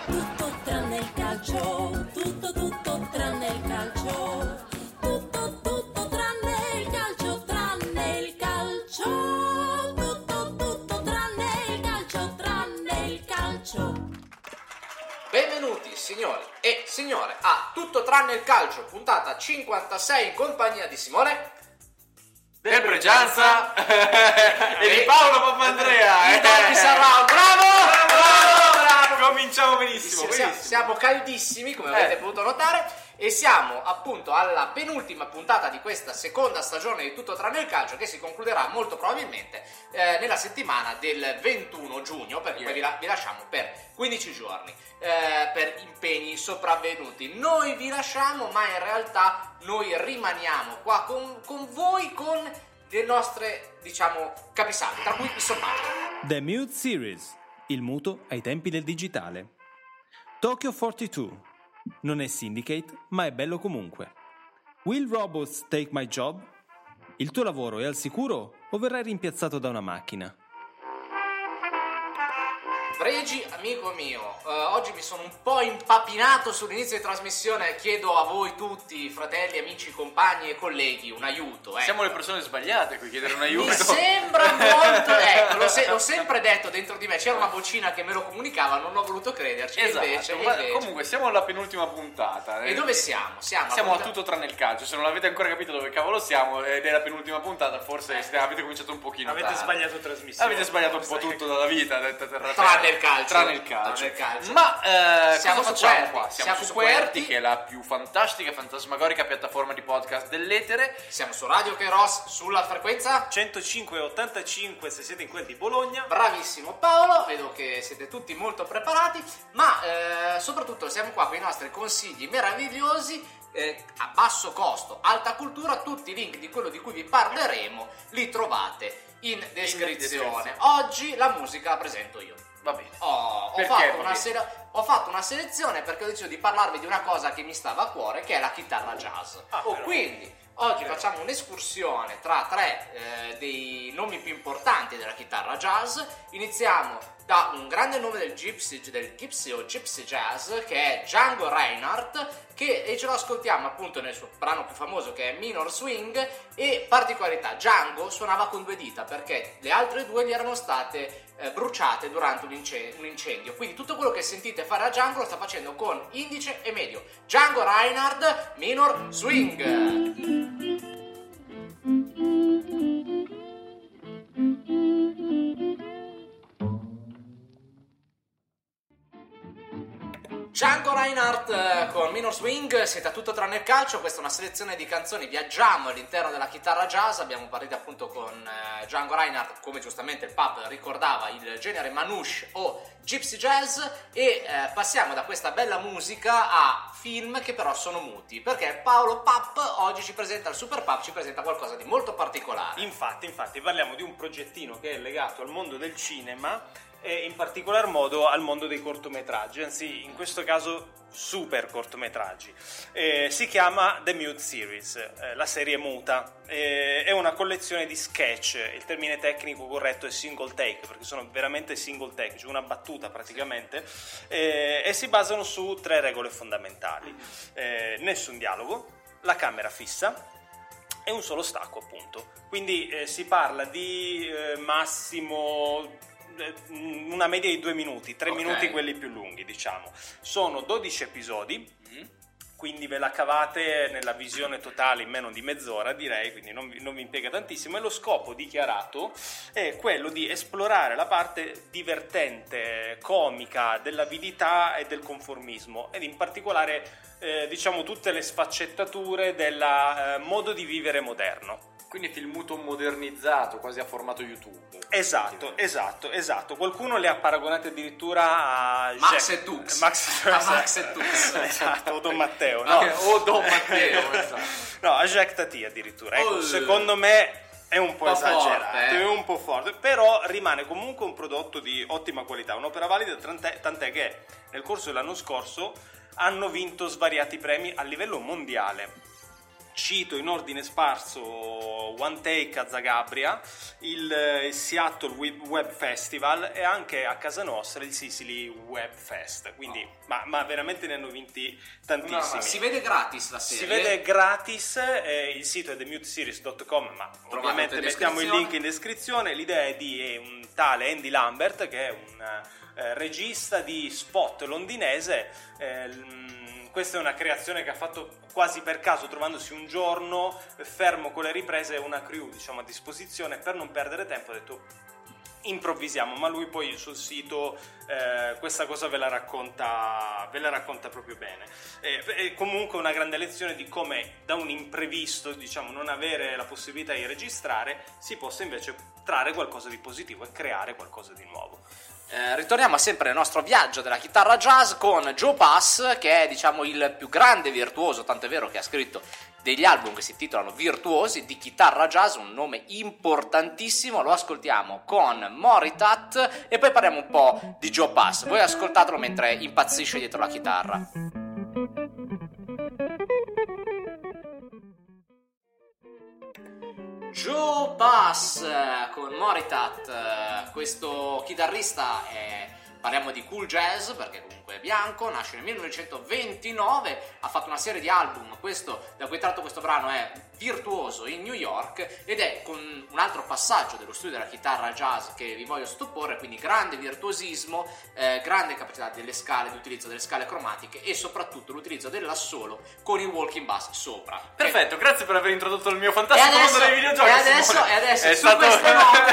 tutto tranne il calcio, tutto tranne il calcio, tutto tranne il calcio, tranne il calcio, tutto tranne il calcio, tranne il calcio. Benvenuti signori e signore a Tutto tranne il calcio, puntata 56 in compagnia di Simone Del Pregianza e di Paolo Papandrea. Il Dolby Surround. Bravo! Cominciamo benissimo. Siamo caldissimi, come avete potuto notare, e siamo appunto alla penultima puntata di questa seconda stagione di Tutto tranne il calcio, che si concluderà molto probabilmente nella settimana del 21 giugno, perché poi vi lasciamo per 15 giorni per impegni sopravvenuti. Noi vi lasciamo, ma in realtà noi rimaniamo qua con voi, con le nostre, diciamo, capisaldi, tra cui i sommati. The Mute Series, il muto ai tempi del digitale. Tokyo 42, non è Syndicate, ma è bello comunque. Will Robots Take My Job? Il tuo lavoro è al sicuro o verrai rimpiazzato da una macchina? Fregi, amico mio, oggi mi sono un po' impapinato sull'inizio di trasmissione. Chiedo a voi tutti, fratelli, amici, compagni e colleghi, un aiuto. Siamo le persone sbagliate a cui chiedere un aiuto. Mi sembra molto... l'ho sempre detto dentro di me, c'era una vocina che me lo comunicava, non ho voluto crederci. Esatto, invece. Comunque siamo alla penultima puntata. E dove siamo? Siamo a Tutto tranne il calcio. Se non avete ancora capito dove cavolo siamo ed è la penultima puntata, forse avete cominciato un pochino Avete sbagliato trasmissione. Avete sbagliato un po' tutto dalla vita. Tranne il calcio. Ma siamo cosa su facciamo Querti. qua? Siamo su Querti, che è la più fantastica e fantasmagorica piattaforma di podcast dell'etere. Siamo su Radio Kairos, sulla frequenza 105,85 se siete in quel di Bologna. Bravissimo Paolo, vedo che siete tutti molto preparati, ma soprattutto siamo qua con i nostri consigli meravigliosi, a basso costo, alta cultura. Tutti i link di quello di cui vi parleremo li trovate in descrizione. Oggi la musica la presento io. Va bene. Ho fatto una selezione perché ho deciso di parlarvi di una cosa che mi stava a cuore, che è la chitarra jazz. Quindi oggi facciamo un'escursione tra tre dei nomi più importanti della chitarra jazz. Iniziamo da un grande nome del gypsy o gypsy jazz, che è Django Reinhardt, e ce lo ascoltiamo appunto nel suo brano più famoso, che è Minor Swing. E particolarità, Django suonava con due dita perché le altre due gli erano state bruciate durante un incendio. Quindi tutto quello che sentite fare a Django lo sta facendo con indice e medio. Django Reinhardt, Minor Swing. Django Reinhardt con Minor Swing. Siete a Tutto tranne il calcio. Questa è una selezione di canzoni. Viaggiamo all'interno della chitarra jazz. Abbiamo parlato appunto con Django Reinhardt, come giustamente il pub ricordava, il genere manouche o gypsy jazz. E passiamo da questa bella musica a film che però sono muti, perché Paolo Pap oggi ci presenta, il Super Pap ci presenta qualcosa di molto particolare. Infatti parliamo di un progettino che è legato al mondo del cinema e in particolar modo al mondo dei cortometraggi, anzi in questo caso super cortometraggi. Si chiama The Mute Series, la serie muta. È una collezione di sketch, il termine tecnico corretto è single take, perché sono veramente single take, cioè una battuta praticamente, e si basano su tre regole fondamentali: nessun dialogo, la camera fissa e un solo stacco, appunto. Quindi si parla di massimo una media di 2 minuti, 3 minuti quelli più lunghi, diciamo. Sono 12 episodi, quindi ve la cavate nella visione totale in meno di mezz'ora, direi, quindi non vi impiega tantissimo. E lo scopo dichiarato è quello di esplorare la parte divertente, comica dell'avidità e del conformismo, ed in particolare diciamo tutte le sfaccettature del modo di vivere moderno. Quindi film muto modernizzato, quasi a formato YouTube. Esatto. Qualcuno le ha paragonate addirittura a Max e Dux. Esatto, o Don Matteo, no? O Don Matteo, esatto. No, a Jacques Tati addirittura. Ecco, secondo me è un po' esagerato, è un po' forte, però rimane comunque un prodotto di ottima qualità, un'opera valida, tant'è che nel corso dell'anno scorso hanno vinto svariati premi a livello mondiale. cito in ordine sparso One Take a Zagabria, il Seattle Web Festival e anche a casa nostra il Sicily Web Fest, quindi ma veramente ne hanno vinti tantissimi. Ma si vede gratis la serie? Si vede gratis, il sito è themuteseries.com, ma ovviamente mettiamo il link in descrizione. L'idea è di un tale Andy Lambert, che è un regista di spot londinese. Questa è una creazione che ha fatto quasi per caso, trovandosi un giorno fermo con le riprese e una crew, diciamo, a disposizione. Per non perdere tempo ha detto improvvisiamo, ma lui poi sul sito questa cosa ve la racconta proprio bene. È comunque una grande lezione di come da un imprevisto, diciamo, non avere la possibilità di registrare, si possa invece trarre qualcosa di positivo e creare qualcosa di nuovo. Ritorniamo sempre nel nostro viaggio della chitarra jazz con Joe Pass, che è, diciamo, il più grande virtuoso, tanto è vero che ha scritto degli album che si intitolano Virtuosi di chitarra jazz, un nome importantissimo. Lo ascoltiamo con Moritat e poi parliamo un po' di Joe Pass. Voi ascoltatelo mentre impazzisce dietro la chitarra. Joe Pass con Moritat, questo chitarrista parliamo di cool jazz perché comunque è bianco, nasce nel 1929, ha fatto una serie di album, questo da cui è tratto questo brano è Virtuoso in New York, ed è con un altro passaggio dello studio della chitarra jazz che vi voglio sottoporre, quindi grande virtuosismo, grande capacità delle scale, di utilizzo delle scale cromatiche e soprattutto l'utilizzo dell'assolo con il walking bass sopra. Perfetto, grazie per aver introdotto il mio fantastico mondo dei videogiochi. E adesso su queste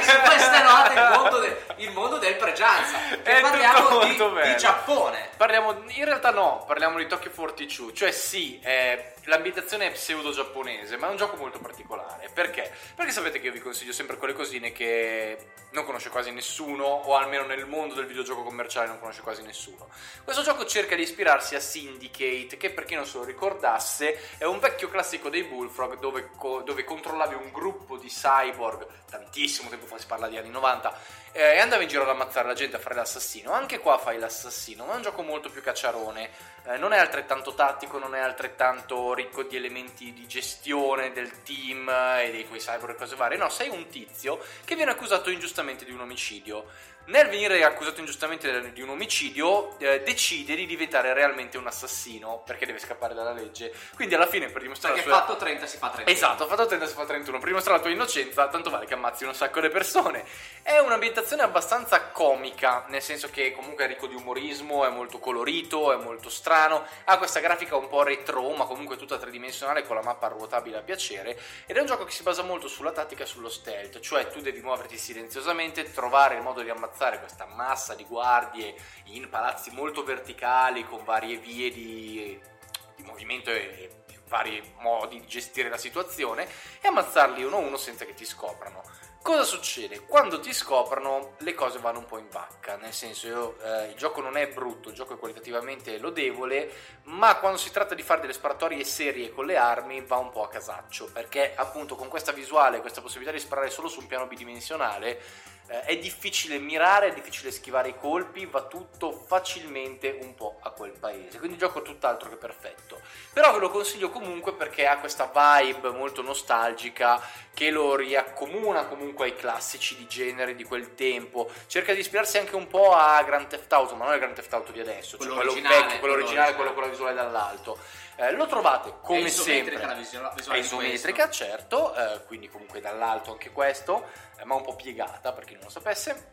note il mondo del pregianza. E parliamo di Giappone. In realtà parliamo di Tokyo 42, cioè sì, l'ambientazione è pseudo giapponese, ma è un gioco molto particolare. Perché? Perché sapete che io vi consiglio sempre quelle cosine che non conosce quasi nessuno, o almeno nel mondo del videogioco commerciale non conosce quasi nessuno. Questo gioco cerca di ispirarsi a Syndicate, che per chi non se lo ricordasse è un vecchio classico dei Bullfrog dove controllavi un gruppo di cyborg, tantissimo tempo fa, si parla di anni 90, e andavi in giro ad ammazzare la gente, a fare l'assassino. Anche qua fai l'assassino, ma è un gioco molto più cacciarone. Non è altrettanto tattico, non è altrettanto ricco di elementi di gestione del team e dei tuoi cyborg e cose varie. No, sei un tizio che viene accusato ingiustamente di un omicidio. Nel venire accusato ingiustamente di un omicidio, decide di diventare realmente un assassino, perché deve scappare dalla legge. Quindi alla fine, per dimostrare perché fatto 30 si fa 31. Esatto, fatto 30 si fa 31. Per dimostrare la tua innocenza, tanto vale che ammazzi un sacco di persone. È un'ambientazione abbastanza comica, nel senso che comunque è ricco di umorismo, è molto colorito, è molto strano, ha questa grafica un po' retro, ma comunque tutta tridimensionale con la mappa ruotabile a piacere, ed è un gioco che si basa molto sulla tattica e sullo stealth, cioè tu devi muoverti silenziosamente, trovare il modo di ammazzare questa massa di guardie in palazzi molto verticali con varie vie di movimento e vari modi di gestire la situazione, e ammazzarli uno a uno senza che ti scoprano. Cosa succede? Quando ti scoprono le cose vanno un po' in vacca, nel senso il gioco non è brutto, il gioco è qualitativamente lodevole, ma quando si tratta di fare delle sparatorie serie con le armi va un po' a casaccio, perché appunto con questa visuale, questa possibilità di sparare solo su un piano bidimensionale, è difficile mirare, è difficile schivare i colpi, va tutto facilmente un po' a quel paese, quindi il gioco è tutt'altro che perfetto. Però ve lo consiglio comunque perché ha questa vibe molto nostalgica che lo riaccomuna comunque ai classici di genere di quel tempo, cerca di ispirarsi anche un po' a Grand Theft Auto, ma non il Grand Theft Auto di adesso, quello cioè quello originale, vecchio, quello originale, quello con la visuale dall'alto. Lo trovate come sempre, la visuale è isometrica, certo, quindi comunque dall'alto anche questo, ma un po' piegata per chi non lo sapesse.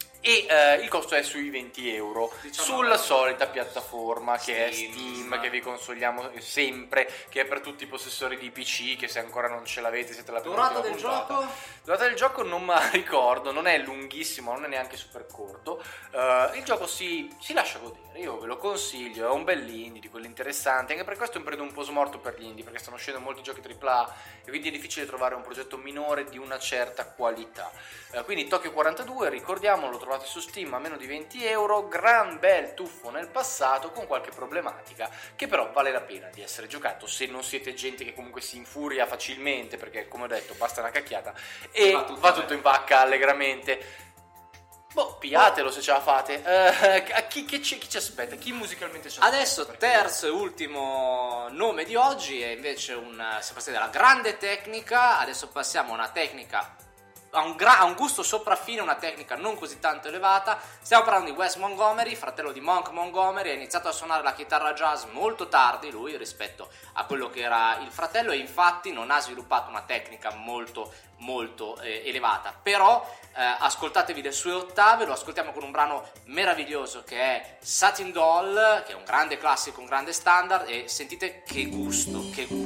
E il costo è sui 20 euro, sulla solita piattaforma che è Steam, che vi consigliamo sempre, che è per tutti i possessori di PC, che se ancora non ce l'avete siete la prima durata del gioco? Durata del gioco non me la ricordo, non è lunghissimo, non è neanche super corto. Il gioco si lascia godere, io ve lo consiglio, è un bell'indie, di quelli interessanti, anche per questo è un periodo un po' smorto per gli indie, perché stanno uscendo molti giochi AAA e quindi è difficile trovare un progetto minore di una certa qualità. Quindi Tokyo 42, ricordiamolo, lo trovate su Steam a meno di 20 euro, gran bel tuffo nel passato con qualche problematica che però vale la pena di essere giocato se non siete gente che comunque si infuria facilmente, perché come ho detto basta una cacchiata e va tutto in vacca allegramente. Boh, pigliatelo se ce la fate. A chi ci aspetta? Chi musicalmente ci aspetta? Adesso terzo e ultimo nome di oggi è invece siamo passati dalla grande tecnica, adesso passiamo a una tecnica ha un gusto sopraffine, una tecnica non così tanto elevata. Stiamo parlando di Wes Montgomery, fratello di Monk Montgomery. Ha iniziato a suonare la chitarra jazz molto tardi lui rispetto a quello che era il fratello, e infatti non ha sviluppato una tecnica molto elevata. Però ascoltatevi le sue ottave, lo ascoltiamo con un brano meraviglioso che è Satin Doll, che è un grande classico, un grande standard, e sentite che gusto.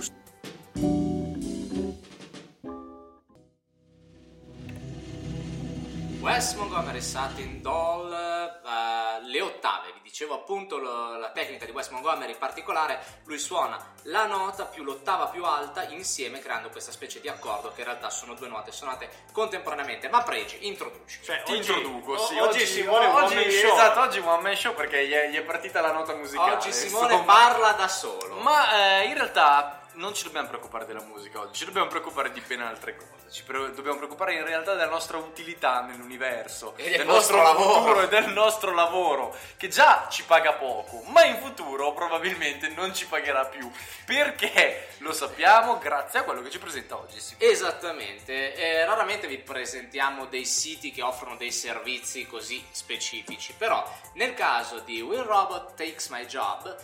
Wes Montgomery, Satin Doll, le ottave, vi dicevo appunto la tecnica di Wes Montgomery in particolare, lui suona la nota più l'ottava più alta insieme creando questa specie di accordo che in realtà sono due note suonate contemporaneamente. Ma Pregi, introduci. Ti introduco, sì. Oggi Simone esatto, oggi one man show perché gli è partita la nota musicale. Oggi Simone parla da solo. Ma in realtà non ci dobbiamo preoccupare della musica oggi, ci dobbiamo preoccupare di ben altre cose. Dobbiamo preoccupare in realtà della nostra utilità nell'universo e del nostro lavoro e del nostro lavoro, che già ci paga poco, ma in futuro probabilmente non ci pagherà più, perché lo sappiamo grazie a quello che ci presenta oggi. Esattamente, raramente vi presentiamo dei siti che offrono dei servizi così specifici, però nel caso di Will Robot Takes My Job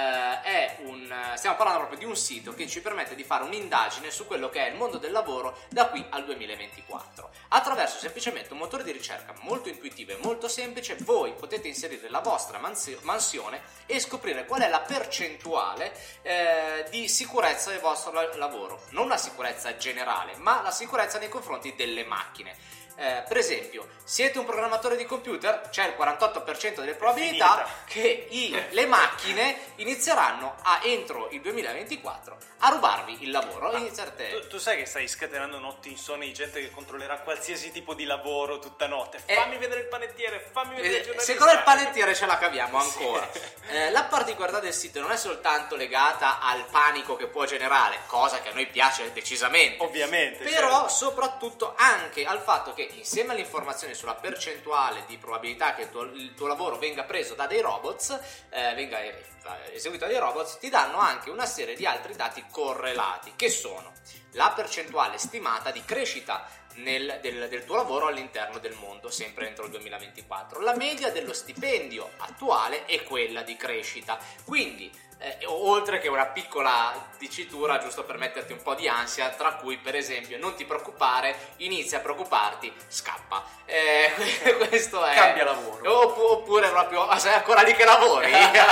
stiamo parlando proprio di un sito che ci permette di fare un'indagine su quello che è il mondo del lavoro da qui al 2024. Attraverso semplicemente un motore di ricerca molto intuitivo e molto semplice, voi potete inserire la vostra mansione e scoprire qual è la percentuale di sicurezza del vostro lavoro. Non la sicurezza generale, ma la sicurezza nei confronti delle macchine. Per esempio, siete un programmatore di computer, c'è il 48% delle probabilità che le macchine inizieranno entro il 2024 a rubarvi il lavoro. Tu sai che stai scatenando notti insonni di gente che controllerà qualsiasi tipo di lavoro tutta notte. Fammi vedere il panettiere, fammi vedere il giornalista. Secondo il panettiere ce la caviamo ancora. La particolarità del sito non è soltanto legata al panico che può generare, cosa che a noi piace decisamente, ovviamente, però soprattutto anche al fatto che insieme alle informazioni sulla percentuale di probabilità che il tuo lavoro venga preso da dei robots, venga eseguito da dei robots, ti danno anche una serie di altri dati correlati, che sono la percentuale stimata di crescita del tuo lavoro all'interno del mondo, sempre entro il 2024. La media dello stipendio attuale è quella di crescita, quindi oltre che una piccola dicitura giusto per metterti un po' di ansia, tra cui per esempio non ti preoccupare, inizia a preoccuparti, scappa. Questo è cambia lavoro, oppure proprio sei ancora lì che lavori.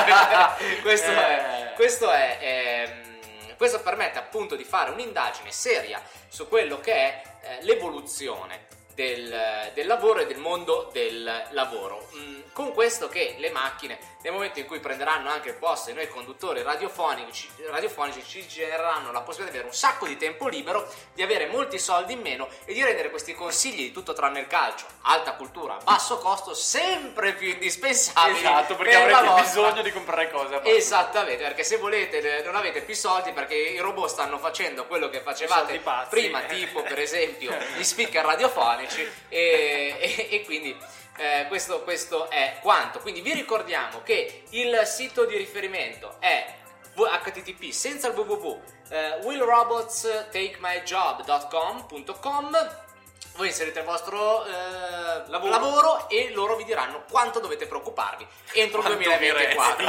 Questo permette appunto di fare un'indagine seria su quello che è l'evoluzione del lavoro e del mondo del lavoro, con questo che le macchine nel momento in cui prenderanno anche il posto di noi conduttori radiofonici ci genereranno la possibilità di avere un sacco di tempo libero, di avere molti soldi in meno e di rendere questi consigli di tutto tranne il calcio, alta cultura, basso costo, sempre più indispensabili. Esatto, perché avrete bisogno di comprare cose. Esattamente, perché se volete non avete più soldi, perché i robot stanno facendo quello che facevate prima, tipo per esempio gli speaker radiofonici, e quindi questo è quanto. Quindi vi ricordiamo che il sito di riferimento è http senza il www willrobotstakemyjob.com. Voi inserite il vostro lavoro e loro vi diranno quanto dovete preoccuparvi entro il 2024.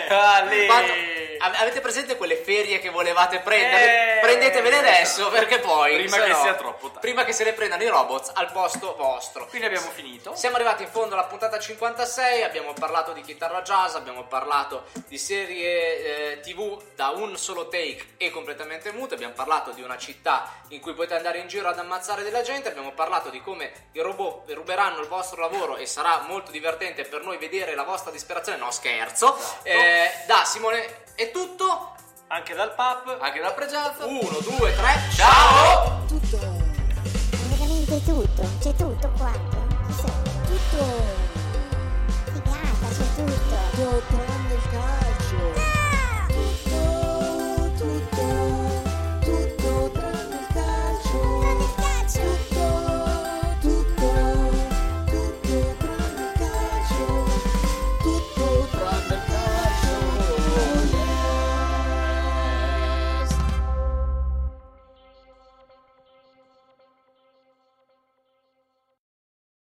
Avete presente quelle ferie che volevate prendere? Prendetevele adesso, perché poi prima che sia troppo tardi, prima che se le prendano i robots al posto vostro. Quindi abbiamo finito. Siamo arrivati in fondo alla puntata 56. Abbiamo parlato di chitarra jazz, abbiamo parlato di serie TV da un solo take e completamente mute, abbiamo parlato di una città in cui potete andare in giro ad ammazzare della gente, abbiamo parlato di come i robot ruberanno il vostro lavoro e sarà molto divertente per noi vedere la vostra disperazione. No, scherzo. Da Simone è tutto, anche dal Pap, anche dal Pregiato. 1, 2, 3, ciao! Tutto, veramente tutto, c'è tutto quanto, tutto, figata, c'è tutto.